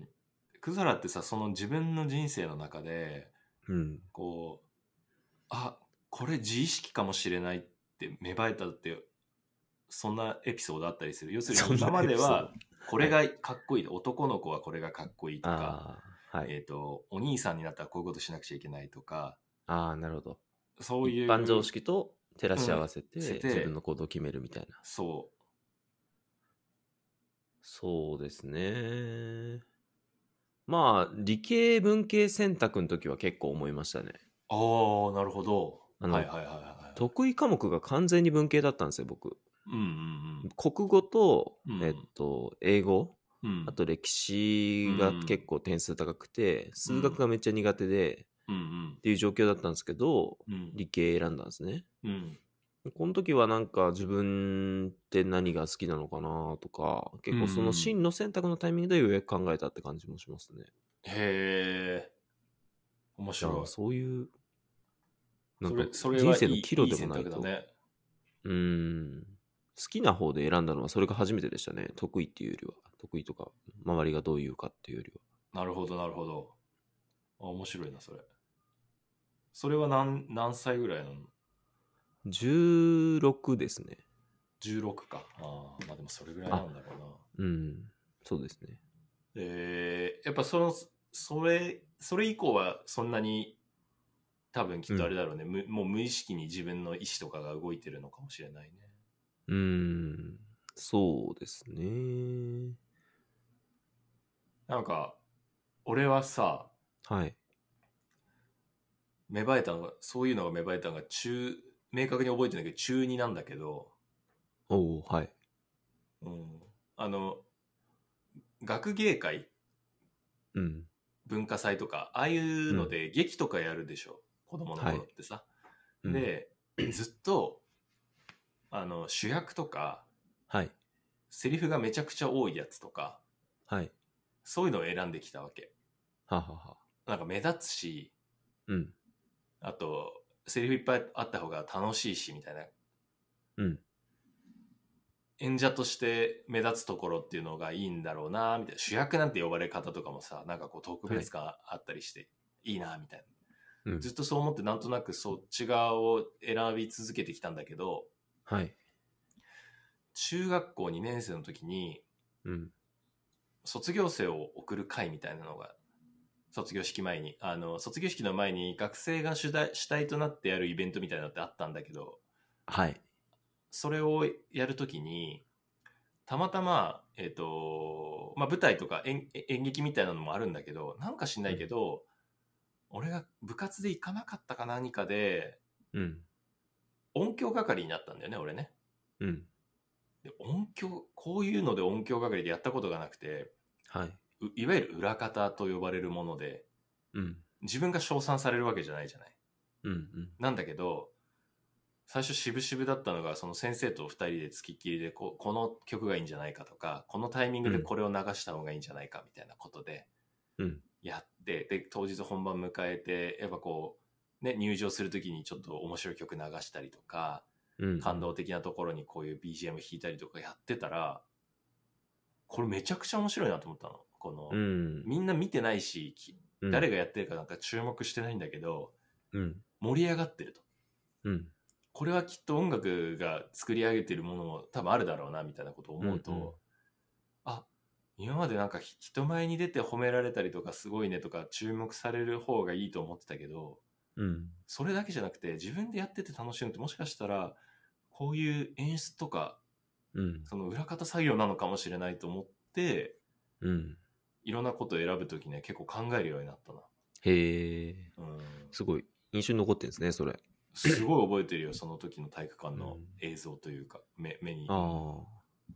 クザラってさ、その自分の人生の中で、 うん。 こう、あ、これ自意識かもしれないって芽生えたって、そんなエピソードあったりする。要するにそんな今まエピソード。 では、これはい。 がかっこいい。男の子はこれがかっこいいとか、 ああ、はい。 えっと、お兄さんになったらこういうことしなくちゃいけないとか、 ああ、なるほど。 そう一般常いう、 識と照らうん、 し合わせて自分せて、 の行動を決めるみたいな。 そそうですね。まあ、理系文系選択の時は結構思いましたね。 う。ああ、なるほど。 あの、 はいはいはいはいはい。 得意科目が完全に文系だったんですよ、僕。 うんうん国語と、 うん。うえっん。 と、英語、 うん。 あと歴史がうん。 結構点数高くて、数学うん。 がめっちゃ苦手で、 うん。 っていう状況だったんですけど、 うん。 理系選んだんですね。 うん。 この時はなんか自分って何が好きなのかなとか、 う結構そのん。 真の選択のタイミングでようやく考えたって感じもしますね。 へえ、面だから白い。 そういう、なんかそれ、それはい人生のい、いい岐路でもないと、 選択だね。 うーん、好きな方で選んだのはそれが初めてでしたね。得意っていうよりは。得意とか、周りがどう言うかっていうよりは。 なるほど、なるほど。あ、面白いな、それ。それは何、何歳ぐらいなの？ じゅうろくですね。 じゅうろく か。ああ、まあでもそれぐらいなあ、 んだろうな。 うん、そうですね。 えー、やっぱその、それ、それ以降はそんなに多分きっうん。 とあれだろうね。むもう無意識に自分の意思とかが動いてるのかもしれないね。 うーん、そうですね。 なんか、俺はさ、 はい。 芽生えたのが、そういうのが芽生えたのが中、明確に覚えてないけど中になんだけど、 おお、はい。 うん、あの、学芸会、 うん。 文化祭とか、ああいうのうん。 で劇とかやるでしょ。子供のはい。 頃ってさ。 うん。 で、ずっと、あの、主役とか、 はい。 セリフがめちゃくちゃ多いやつとか、 はい。 そういうのを選んできたわけ。 ははは。 なんか目立つし、 うん。 あと、セリフいっぱいあった方が楽しいし、みたいな。 うん。 演者として目立つところっていうのがいいんだろうな、みたいな。主役なんて呼ばれ方とかもさ、なんかこう特はい。 別感あったりして、いいな、みたいな。 うん。 ずっとそう思ってなんとなくそっち側を選び続けてきたんだけど、 はい。 中学校にねん生の時に、 うん。 卒業生を送る会みたいなのが、卒業式前に、あの、卒業式の前に学生が主体主体となってやるイベントみたいなのってあったんだけど、 はい。 それをやるときに、たまたま、えっ、と、まあ、舞台とか演演劇みたいなのもあるんだけど、なんか知んないけど、俺が部活で行かなかったか何かで、 うん。 音響係になったんだよね、俺ね。 うん。 で音響、こういうので音響係でやったことがなくて、 はい。 ういわゆる裏方と呼ばれるもので、 うん。 自分が称賛されるわけじゃないじゃない。 うんうん。 なんだけど、最初渋々だったのが、その先生と二人で付きっきりでこ、この曲がいいんじゃないかとか、このタイミングでこれを流した方がいいんじゃないかみたいなことでうん。 やって、で、当日本番迎えて、やっぱこう、ね、入場するときにちょっと面白い曲流したりとか、 うん。 感動的なところにこういう ビージーエム 弾いたりとかやってたら、これめちゃくちゃ面白いなと思ったの。この、 うん。 みんな見てないし、きうん。 誰がやってるかなんか注目してないんだけど、 うん。 盛り上がってると。 うん。 これはきっと音楽が作り上げてるものも多分あるだろうなみたいなことを思うと、 うんうん、 あ、今までなんか人前に出て褒められたりとかすごいねとか注目される方がいいと思ってたけど、 うん。 それだけじゃなくて自分でやってて楽しいのってもしかしたらこういう演出とか、 うん。 その裏方作業なのかもしれないと思って、 うん。 いろんなことを選ぶときね結構考えるようになったな。 へえ。 うん。 すごい印象に残ってるんですね、それ。 すごい覚えてるよ、その時の体育館の映像というか、目目に。 ああ。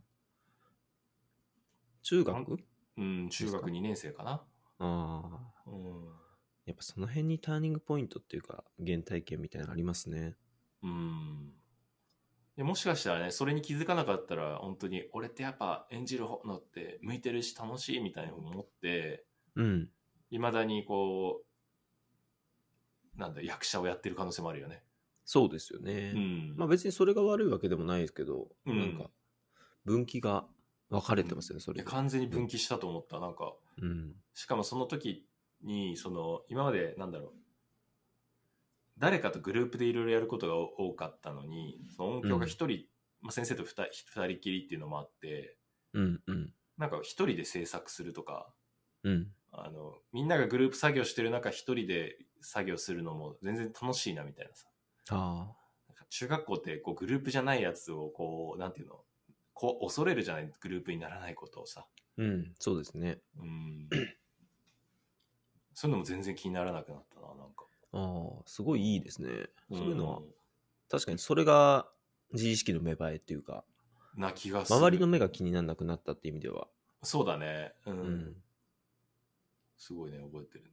中学うん、中学にねん生かな。 ああ。 うん。 やっぱその辺にターニングポイントっていうか、原体験みたいなのありますね。 うん。でもしかしたらね、それに気づかなかったら、本当に、俺ってやっぱ演じるのって向いてるし楽しいみたいな思って、 うん。 いまだにこう、なんだ、役者をやってる可能性もあるよね。 そうですよね。 うん。 まあ別にそれが悪いわけでもないですけど、 うんなんか、分岐が分かれてますよね、そいやれで。 完全に分岐したと思った。なんか、 うん。 しかもその時に、その、今まで、なんだろう、誰かとグループでいろいろやることが多かったのに、その音響が一人、まあ、先生と二人二人きりっていうのもあって、 うんうんなんか一人で制作するとか、 うんあの、みんながグループ作業してる中一人で作業するのも全然楽しいなみたいなさ。 あなんか中学校ってこうグループじゃないやつをこう、なんていうの、こう恐れるじゃない、グループにならないことをさ。 あ、うんそうですね。 うん。そういうのも全然気にならなくなったな、なんか。 ああ、すごいいいですね。そういうのは、 ん確かにそれが自意識の芽生えっていうか、 な気がする。 周りの目が気にならなくなったっていう意味では。 そうだね。うん。 うん。 すごいね、覚えてる。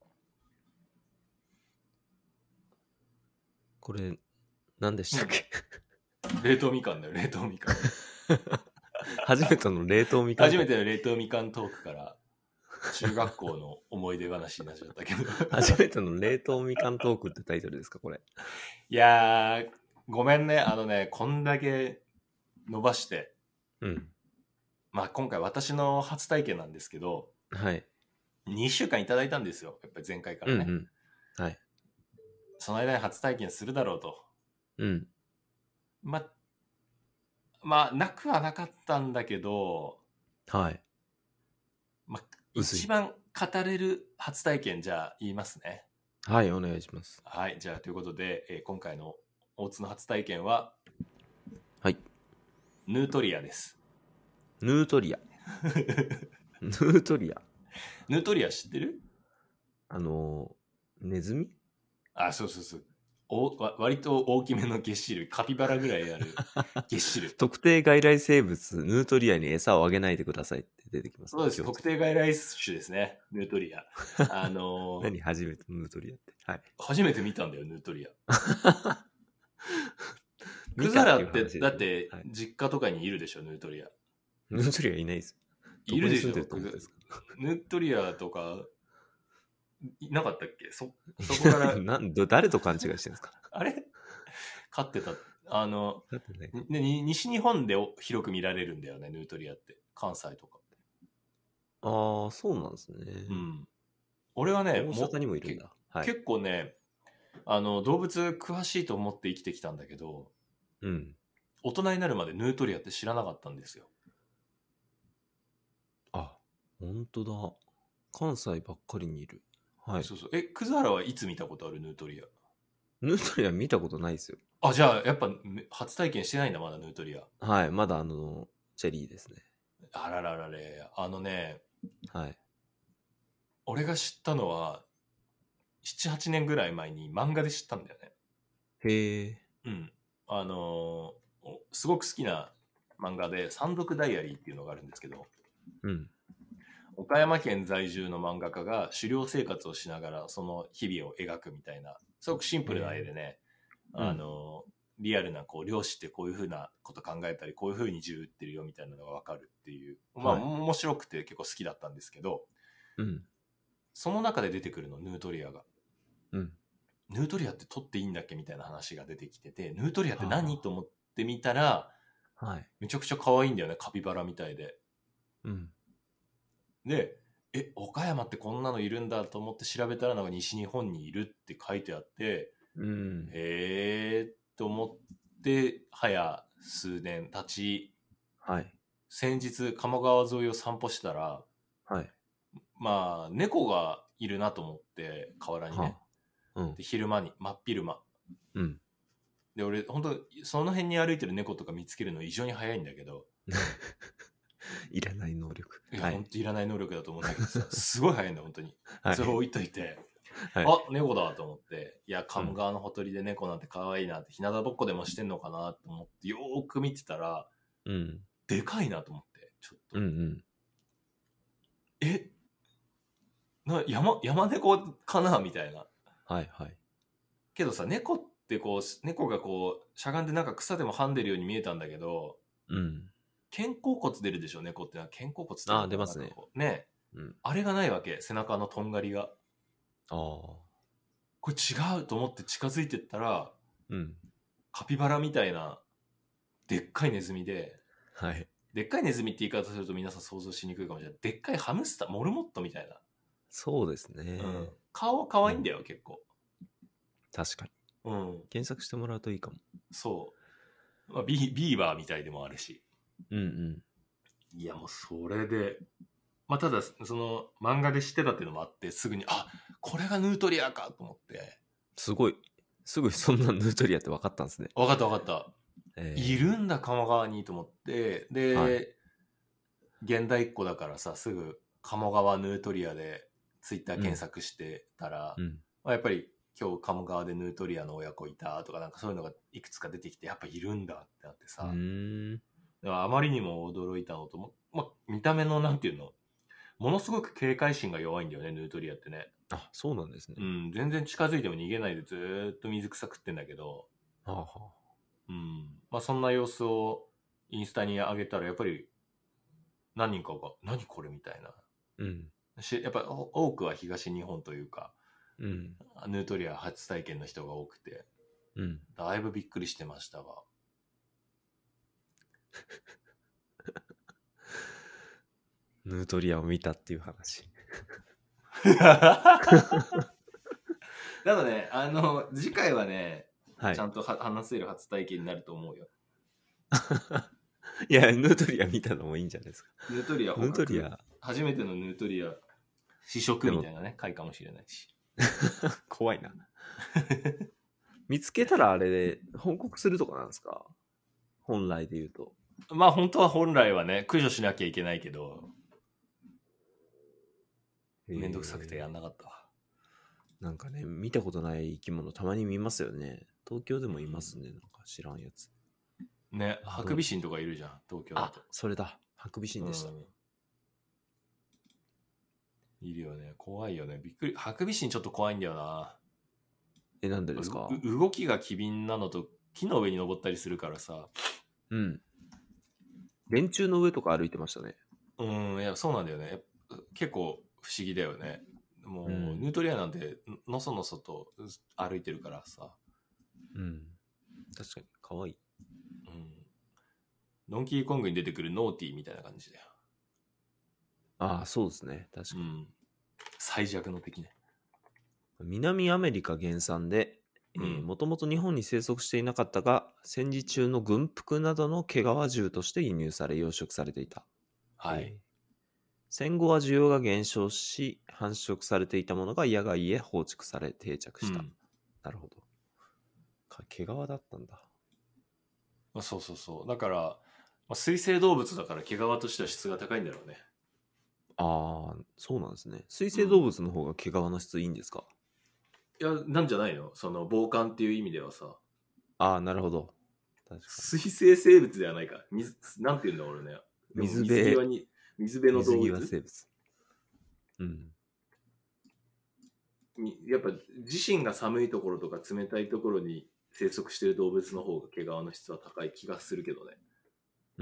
これ、何でしたっけ冷凍みかんだよ、冷凍みかん。 初めての冷凍みかん。 初めての冷凍みかんトークから、中学校の思い出話になっちゃったけど。 初めての冷凍みかんトークってタイトルですか、これ。 いやー、ごめんね。あのね、こんだけ伸ばして。 うん。 まあ今回私の初体験なんですけど、 はい。 にしゅうかんいただいたんですよ。やっぱり前回からね。 うんうん。はい。 その間に初体験するだろうと。 うん。 ま、まあ、なくはなかったんだけど、 はい。 まあ、 薄い一番語れる初体験じゃあ言いますね。 はい、お願いします。 はい、じゃあということで、えー今回の大津の初体験は、 はい。 ヌートリアです。 ヌートリア。ヌートリア。 ヌートリア知ってる？ あのー、ネズミあ、そうそうそう。おわ割と大きめのげっ歯類、カピバラぐらいあるげっ歯類。 特定外来生物、ヌートリアに餌をあげないでくださいって出てきます、 そうです。特定外来種ですね。ヌートリア。あのー、 何初めてヌートリアって。はい。 初めて見たんだよ、ヌートリア。クザラって、だってはい、 実家とかにいるでしょ、ヌートリア。 ヌートリアいないです。 いるでしょ。 どこに住んでると思ったんですか？ ヌートリアとか、いなかったっけ？そ、そこから。 なんど誰と勘違いしてるんですか？ あれ飼ってた。あの、 だってね、 ね、西日本で広く見られるんだよね、ヌートリアって。関西とか。 ああ、そうなんですね。 うん。俺はね、 大阪にもいるんだ。はい、 結構ね、あの、動物詳しいと思って生きてきたんだけど、 うん。 大人になるまでヌートリアって知らなかったんですよ。 あ、本当だ。関西ばっかりにいる。はい。 そうそう。え、クザラはいつ見たことあるヌートリア？ ヌートリア見たことないですよ。 あ、じゃあ、やっぱ初体験してないんだ、まだヌートリア。 はい、まだあの、チェリーですね。 あららられ、あのね、 はい。 俺が知ったのは、なな、はちねんぐらい前に漫画で知ったんだよね。 へえ。 うん。あのーすごく好きな漫画で山賊ダイアリーっていうのがあるんですけど、 うん。 岡山県在住の漫画家が狩猟生活をしながらその日々を描くみたいな、すごくシンプルな絵でね、 うんあの、リアルなこう漁師ってこういう風なこと考えたり、こういう風に銃撃ってるよみたいなのがわかるっていう、まあ、 はい面白くて結構好きだったんですけど、 うん。 その中で出てくるの、ヌートリアが。 うん。 ヌートリアって取っていいんだっけみたいな話が出てきてて、ヌートリアっては何あと思ってみたら、 はい。 めちゃくちゃ可愛いんだよね、カピバラみたいで。 うん。 で、え、岡山ってこんなのいるんだと思って調べたら、なんか西日本にいるって書いてあって、 うん。 へーと思って、早数年経ち、 はい。 先日鴨川沿いを散歩したら、 はい。 まあ、猫がいるなと思って、河原にね。 はあ。うんで、。昼間に、真っ昼間。 うん。 で、俺、本当その辺に歩いてる猫とか見つけるの異常に早いんだけど、 いらない能力。 いや、 はい本当いらない能力だと思うんだけどさ、すごい早いんだ、本当に。 はいそれを置いといて、 はいあ、猫だと思って、いや、鴨川のほとりで猫なんて可愛いなって、日向ぼっこでもしてんのかなと思って、よーく見てたら、 うん。 でかいなと思って、ちょっと。 うんうん。 えな山、山猫かなみたいな。 はいはい。 けどさ、猫ってこう、猫がこう、しゃがんでなんか草でもはんでるように見えたんだけど、 うん。 肩甲骨出るでしょ、猫ってのは。肩甲骨っていうのあー出ますねなんかこうね。 うん。 あれがないわけ、背中のとんがりが。 ああ。 これ違うと思って近づいてったら、 うん。 カピバラみたいな、でっかいネズミで、 はい。 でっかいネズミって言い方すると皆さん想像しにくいかもしれない。でっかいハムスター、モルモットみたいそうですね。 な。うん。顔可愛いんだよ、結構。 確かに。 うん。 検索してもらうといいかも。 そう。まあ、ビビーバーみたいでもあるし。 うんうん。 いや、もうそれで、まあ、ただ、その漫画で知ってたっていうのもあって、すぐに、あ、これがヌートリアかと思って。 すごい。すぐそんなヌートリアって分かったんですね。 分かった分かった。 えー、 いるんだ、鴨川にと思って、で、 はい現代っ子だからさ、すぐ鴨川ヌートリアでツイッター検索してたら、 うん。 まあ、やっぱり今日鴨川でヌートリアの親子いたとかなんかそういうのがいくつか出てきて、やっぱいるんだってなってうさ、 ーん。 でもあまりにも驚いたのとも、まあ、見た目のなんていうの、ものすごく警戒心が弱いんだよね、ヌートリアってね。 あ、そうなんですね。 うん、全然近づいても逃げないでずーっと水草食ってんだけど、 はあはあ。 うん、まあそんな様子をインスタに上げたらやっぱり何人かが何これみたいな。 うん。 しやっぱお多くは東日本というか、 うん。 ヌートリア初体験の人が多くて、 うん。 だいぶびっくりしてましたが。 ヌートリアを見たっていう話。 ただね、あの、次回はね、 はいちゃ。んとは話せる初体験になると思うよ。 いや、ヌートリア見たのもいいんじゃないですか。 ヌートリアヌートリア、 初めてのヌートリア試食みたいなね、回かもしれないし。 怖いな。見つけたらあれで報告するとかなんですか？本来で言うと。 まあ本当は本来はね、駆除しなきゃいけないけど、めんどくさくてやんなかったわ。 なんかね、見たことない生き物たまに見ますよね。東京でもいますね、なんか知らんやつ。 ね、ハクビシンとかいるじゃん、東京だあと。、 それだ。ハクビシンでした。 うんいるよね。怖いよね。びっくり。ハクビシンちょっと怖いんだよな。 え、なんでですか？ う動きが機敏なのと、木の上に登ったりするからさ。 うん。電柱の上とか歩いてましたね。 うん、いや、そうなんだよね。結構不思議だよね。もう、 うんヌートリアなんて、のそのそと歩いてるからさ。 うん。確かに、かわいい。 うん。ドンキーコングに出てくるノーティーみたいな感じだよ。 ああ、そうですね。確かに。 うん。最弱の敵ね。 南アメリカ原産で、もともと日本に生息していなかったが、戦時中の軍服などの毛皮銃として輸入され養殖されていた。 はい。 えー戦後は需要が減少し、繁殖されていたものが野外へ放逐され定着した。 うんなるほど。か毛皮だったんだ。 まあ、そうそうそう。だから、まあ、水生動物だから毛皮としては質が高いんだろうね。 ああ、そうなんですね。水生動物の方が毛皮の質いいんですか？ いや、なんじゃないのその防寒っていう意味ではさ。 ああ、なるほど。 確か水生生物ではないか。水、なんて言うんだ俺ね。 水辺水際に、水辺に。 の動物。 水際生物。うん。 やっぱ自身が寒いところとか冷たいところに生息している動物の方が毛皮の質は高い気がするけどね。 うん。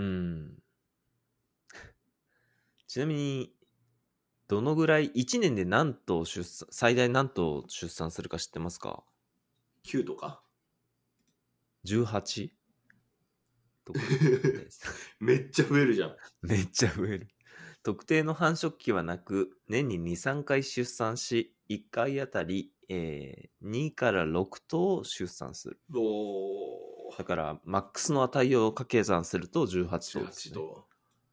ちなみに、どのぐらい、いちねんで何頭出産、最大何頭出産するか知ってますか？ きゅうとかじゅうはち? とかめっちゃ増えるじゃん。 めっちゃ増える。特定の繁殖期はなく、年にに、さんかい出産し、いっかいあたり、えー、にからろく頭出産する。 おー。 だから、マックスの値を掛け算するとじゅうはち頭です、 じゅうはちね。 頭。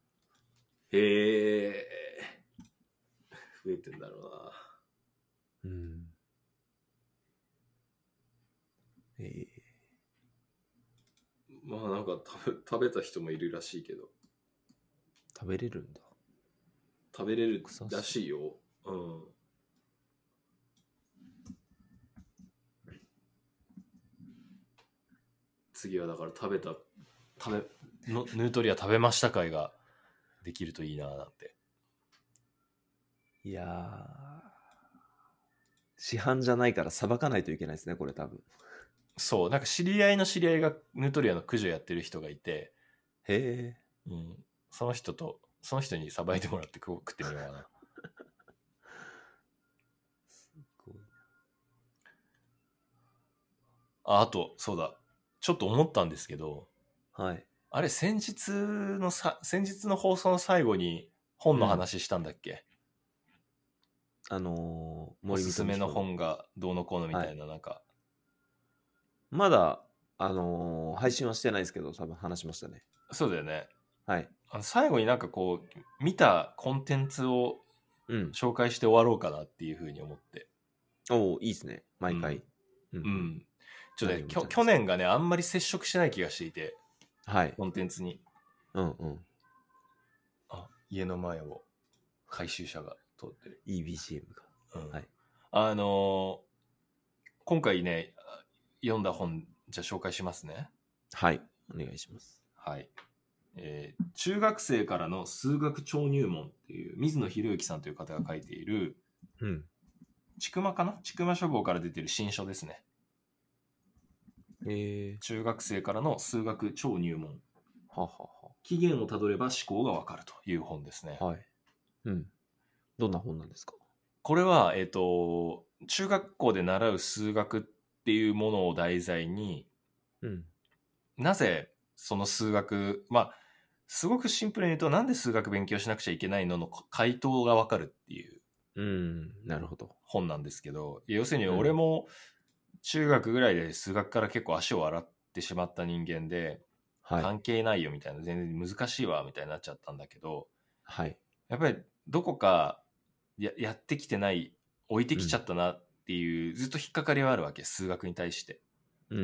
へえ。増えてんだろうな。 うん。えー、まあなんか食べ、食べた人もいるらしいけど。 食べれるんだ。 食べれるらしいよ。うん。次はだから食べた、食べ、のヌートリア食べました会ができるといいななんて。 いやー、市販じゃないからさばかないといけないですね、これ多分。 そう、なんか知り合いの知り合いがヌートリアの駆除やってる人がいて、 へえ。 うん、その人と、その人にさばいてもらって食ってみようかな。 すごい。 あ、あと、そうだ。ちょっと思ったんですけど、 はい。 あれ、先日のさ、先日の放送の最後に本の話したんだっけ、 うん、あのー、 おすすめの本がどうのこうのみたいな、 はい、 なんか。 まだ、あのー、配信はしてないですけど、多分話しましたね。 そうだよね。 はい。 あの最後になんかこう、見たコンテンツをうん。 紹介して終わろうかなっていうふうに思って。 おお、いいですね。毎回。 うん。 うん、うん。 ちょっとね、きょ去年がね、あんまり接触しない気がしていて、 はい。 コンテンツに。 うんうん。 あ、家の前を回収車が通ってる。 いい ビージーエム が。 うん、 はい。 あのー、今回ね、読んだ本、じゃあ紹介しますね。 はい。お願いします。 はい。えー、中学生からの数学超入門っていう、水野博之さんという方が書いている、 うん。 ちくまかなちくま書房から出てる新書ですね。 えー、 中学生からの数学超入門。 ははは。 起源をたどれば思考がわかるという本ですね。 はい。うん。どんな本なんですか？ これは、えっと、中学校で習う数学っていうものを題材に、 うん。 なぜその数学、まあ、すごくシンプルに言うと、なんで数学勉強しなくちゃいけないのの回答がわかるっていう。 うん、なるほど。 本なんですけど、要するに俺も中学ぐらいで数学から結構足を洗ってしまった人間で、はい、関係ないよみたいな、全然難しいわみたいになっちゃったんだけど、 はい、 やっぱりどこか や, やってきてない、置いてきちゃったなっていう、うん、ずっと引っかかりはあるわけ、数学に対して。 うん、うん。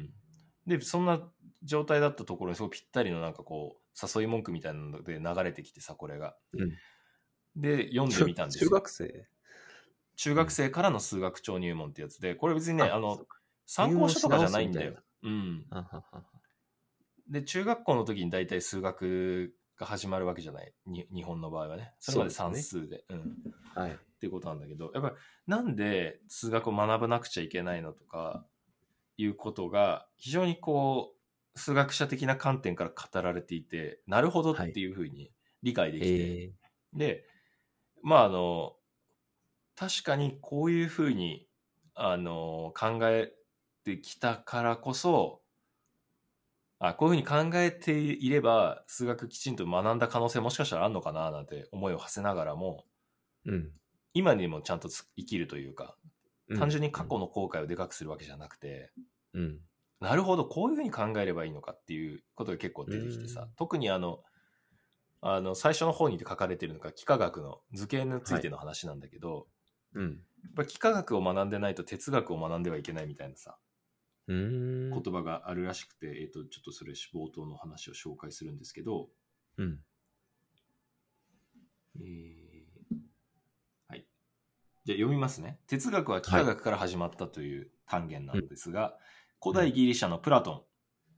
で、そんな状態だったところにすごいぴったりのなんかこう、誘い文句みたいなので流れてきてさ、これが。 うん、 で、読んでみたんですよ。 中学生中学生からの数学超入門ってやつで、これ別にね、あの、参考書とかじゃないんだよ。うん。 はははで、中学校の時に大体数学が始まるわけじゃない。に日本の場合はね。それまで算数で。うでね、うん。はい。っていうことなんだけど、やっぱりなんで数学を学ばなくちゃいけないのとか、いうことが、非常にこう、数学者的な観点から語られていて、なるほどっていうふうに理解できて、はい、で、まああの、確かにこういうふうに、あの、考えてきたからこそ、あ、こういうふうに考えていれば、数学きちんと学んだ可能性もしかしたらあるのかななんて思いを馳せながらも、うん、今にもちゃんと生きるというか、単純に過去の後悔をでかくするわけじゃなくて、うん、なるほど、こういうふうに考えればいいのかっていうことが結構出てきてさ、特にあの、あの、最初の方に書かれてるのが、幾何学の図形についての話なんだけど、はい、うん、やっぱ幾何学を学んでないと哲学を学んではいけないみたいなさ、うーん言葉があるらしくて、えっと、ちょっとそれ冒頭の話を紹介するんですけど、うん。えー、はい。じゃあ読みますね。哲学は幾何学から始まったという単元なんですが、はい、古代ギリシャのプラトン、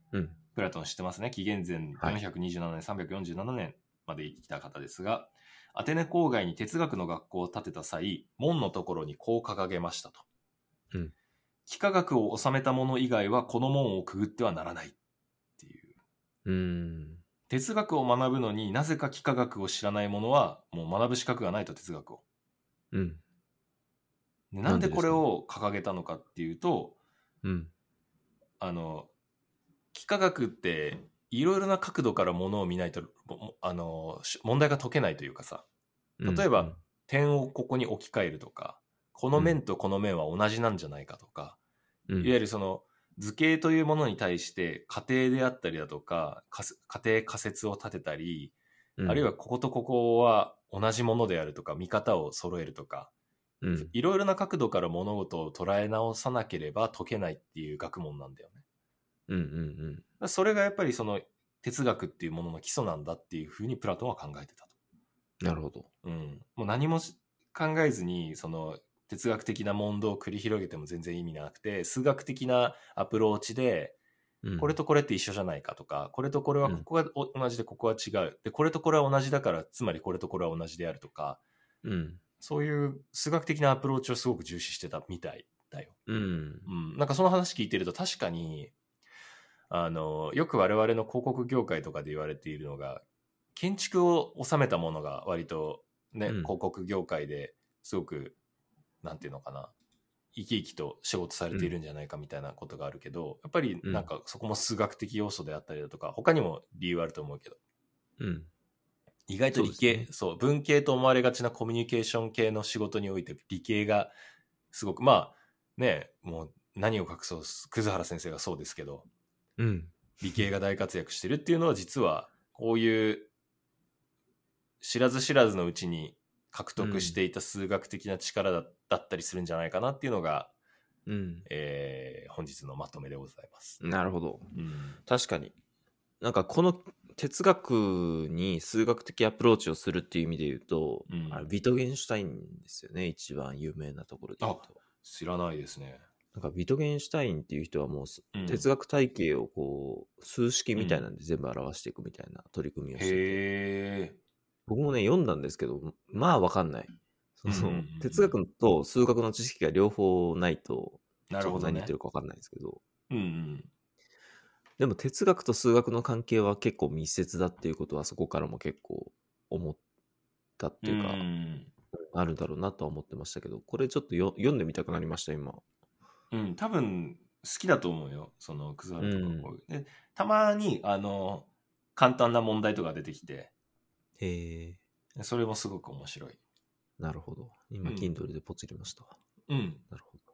うん。 プラトン知ってますね。紀元前はいよんひゃくにじゅうななねん、さんびゃくよんじゅうななねんまで生きた方ですが、アテネ郊外に哲学の学校を建てた際、門のところにこう掲げましたと。 うん。 幾何学を収めたもの以外はこの門をくぐってはならないっていう。 うーん。 哲学を学ぶのになぜか幾何学を知らない者はもう学ぶ資格がないと、哲学を。 うん。 でななんんでですかね。 でこれを掲げたのかっていうと、 うん。 あの、幾何学っていろいろな角度からものを見ないと、もあの、し問題が解けないというかさ、 うん。 例えば、点をここに置き換えるとか、このうん面とこの面は同じなんじゃないかとか、 うん。 いわゆるその図形というものに対して仮定であったりだとか、仮仮定仮説を立てたり、 うん、 あるいはこことここは同じものであるとか、見方を揃えるとか、 うん。 いろいろな角度から物事を捉え直さなければ解けないっていう学問なんだよね。 うんうんだそれがやっぱりその哲学っていうものの基礎なんだっていうふうにプラトンは考えてたと。 うん。なるほど。 うん。もう何も考えずに、その哲学的な問答を繰り広げても全然意味なくて、数学的なアプローチで、 うん、 これとこれって一緒じゃないかとか、これとこれはここが同じでここは違う。で、これとこれは同じだから、つまりこれとこれは同じであるとか、 うん。 そういう数学的なアプローチをすごく重視してたみたいだよ。 うん。 うん。なんかその話聞いてると確かに、あの、よく我々の広告業界とかで言われているのが、建築を収めたものが割とね、 うん、 広告業界ですごく、なんていうのかな、生き生きと仕事されているんじゃないかみたいなことがあるけど、やっぱりなんかそこも数学的要素であったりだとか、他にも理由あると思うけど、 うん。 意外と理系、そう,、そう、文系と思われがちなコミュニケーション系の仕事において理系がすごく、まあね、もう何を隠そう、葛原先生がそうですけど、 うん。 理系が大活躍してるっていうのは実はこういう知らず知らずのうちに獲得していた数学的な力 だ,、だったりするんじゃないかなっていうのが、 うんえー本日のまとめでございます。 なるほど。 うん、 確かに。なんかこの哲学に数学的アプローチをするっていう意味で言うと、 うんあれビトゲンシュタインですよね。一番有名なところで言うと。 知らないですね。 なんかビトゲンシュタインっていう人はもう、 うん、 哲学体系をこう数式みたいなんで全部表していくみたいな取り組みをしてて、 へえ。 僕もね読んだんですけど、まあわかんない。その、 うんうんうんうん哲学と数学の知識が両方ないとなるほどね。 ちょっと何言ってるかわかんないんですけど、 うんうん。 でも哲学と数学の関係は結構密接だっていうことはそこからも結構思ったっていうか、 うんあるだろうなとは思ってましたけど、これちょっとよ読んでみたくなりました今。 うん、多分好きだと思うよ、その葛原とかうんこういう、でたまにあの簡単な問題とか出てきて、 へえ、 それもすごく面白い。 なるほど。今、 うん Kindle でポチりましたわ。 うんなるほど。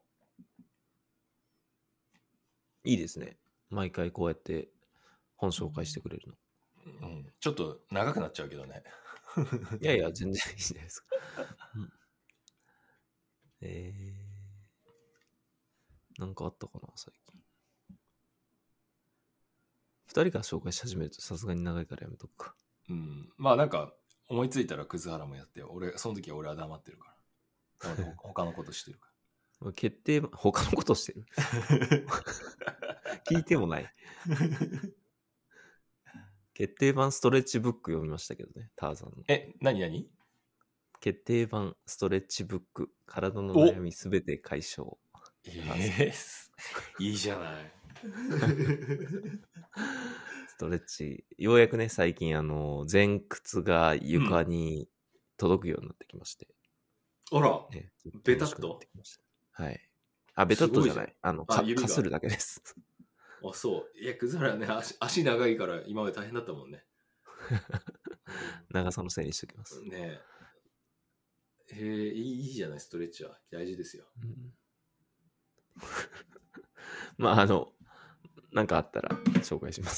いいですね。毎回こうやって本紹介してくれるの。 うん、ちょっと長くなっちゃうけどね。 いやいや、全然いいじゃないですか。うんえー、なんかあったかな、最近。二人が紹介し始めるとさすがに長いからやめとくか。 うん、まあなんか思いついたら葛原もやってよ。俺その時は俺は黙ってるから。ほ他のことしてるか決定、他のことしてる聞いてもない。決定版ストレッチブック読みましたけどね、ターザンの。 え、何何決定版ストレッチブック、体の悩みすべて解消。 えー、いいじゃない。 ストレッチ、ようやくね、最近、あの、前屈が床に届くようになってきまして。 あら、 ね、 ベタっとはい。あ、ベタっとじゃない。 すごいじあの、か、 あ指がかするだけです。 あ、そう。いや、葛原ね足、足長いから今まで大変だったもんね。 長さのせいにしておきます。 ねえ。へえ、いいじゃない、ストレッチは。大事ですよ。 うん、まあ、あの、なんかあったら紹介します。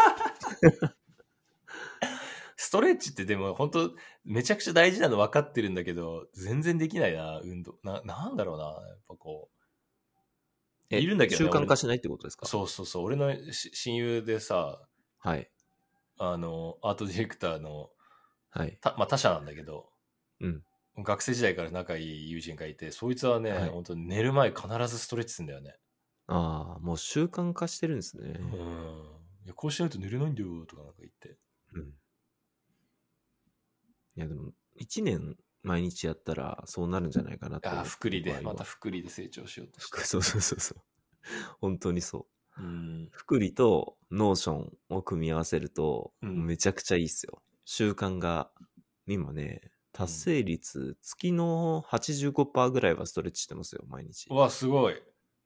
ストレッチってでも本当めちゃくちゃ大事なの分かってるんだけど、全然できないな、運動。な、なんだろうな、やっぱこう。いるんだけどね。習慣化しないってことですか？ そうそうそう。俺の親友でさ、 はい。 あの、アートディレクターの、 はい。 たまあ他社なんだけど、 うん。 学生時代から仲いい友人がいて、そいつはね、 はい、 本当に寝る前必ずストレッチするんだよね。 ああ、もう習慣化してるんですね。 うん。いや、こうしないと寝れないんだよとかなんか言って。 うん。いや、でも、一年毎日やったらそうなるんじゃないかなとああ、 思って福利で、 僕は今。 また福利で成長しようとして。 そうそうそうそう。本当にそう。 うん。 福利とノーションを組み合わせると、 うんめちゃくちゃいいっすよ。習慣が、今ね、達成率、月のはちじゅうごパーセントぐらいはストレッチしてますよ、毎日う。わ、すごい。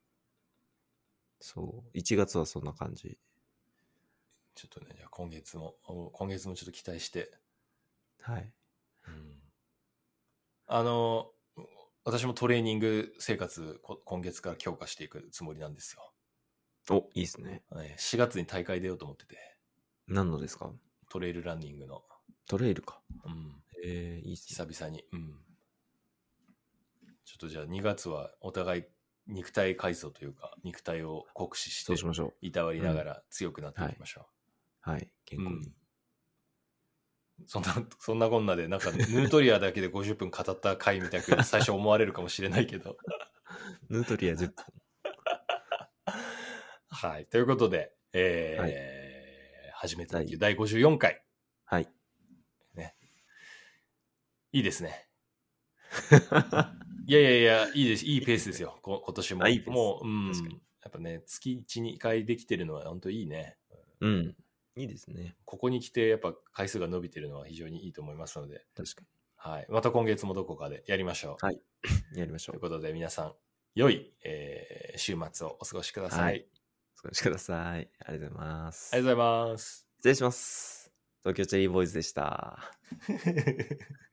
そう。いちがつはそんな感じ。 ちょっとね、じゃあ今月も、お今月もちょっと期待して。 はい。 うん。あの、私もトレーニング生活、こ今月から強化していくつもりなんですよ。 お、いいっすね。 はいしがつに大会出ようと思ってて、 何のですか？ トレイルランニングの。 トレイルか。 うん。 えー、いいっすね。 久々に。うん。ちょっとじゃあにがつはお互い肉体改造というか、肉体を酷使してそうし、ましょいたわりながら強くなっていきましょう。はい。健康に。 うんう。そんな、そんなこんなで、なんかヌートリアだけでごじゅっぷん語った回みたいな最初思われるかもしれないけど。 ヌートリアじゅっぷん。 はい。ということで、えーはい初めてのだいごじゅうよんかい。 はい。 ね。いいですね。いやいやいや、いいです。いいペースですよ。こ今年も。 あいいペースもう、うん。 確かにやっぱね、月いち、にかいできてるのは本当いいね。 うん。いいですね。 ここに来てやっぱ回数が伸びてるのは非常にいいと思いますので、 確かに。 はい。また今月もどこかでやりましょう。 はい。やりましょう。 ということで皆さん、良い、えー週末をお過ごしください。 はいお過ごしください。ありがとうございます。 ありがとうございます。 失礼します。東京チェリーボーイズでした。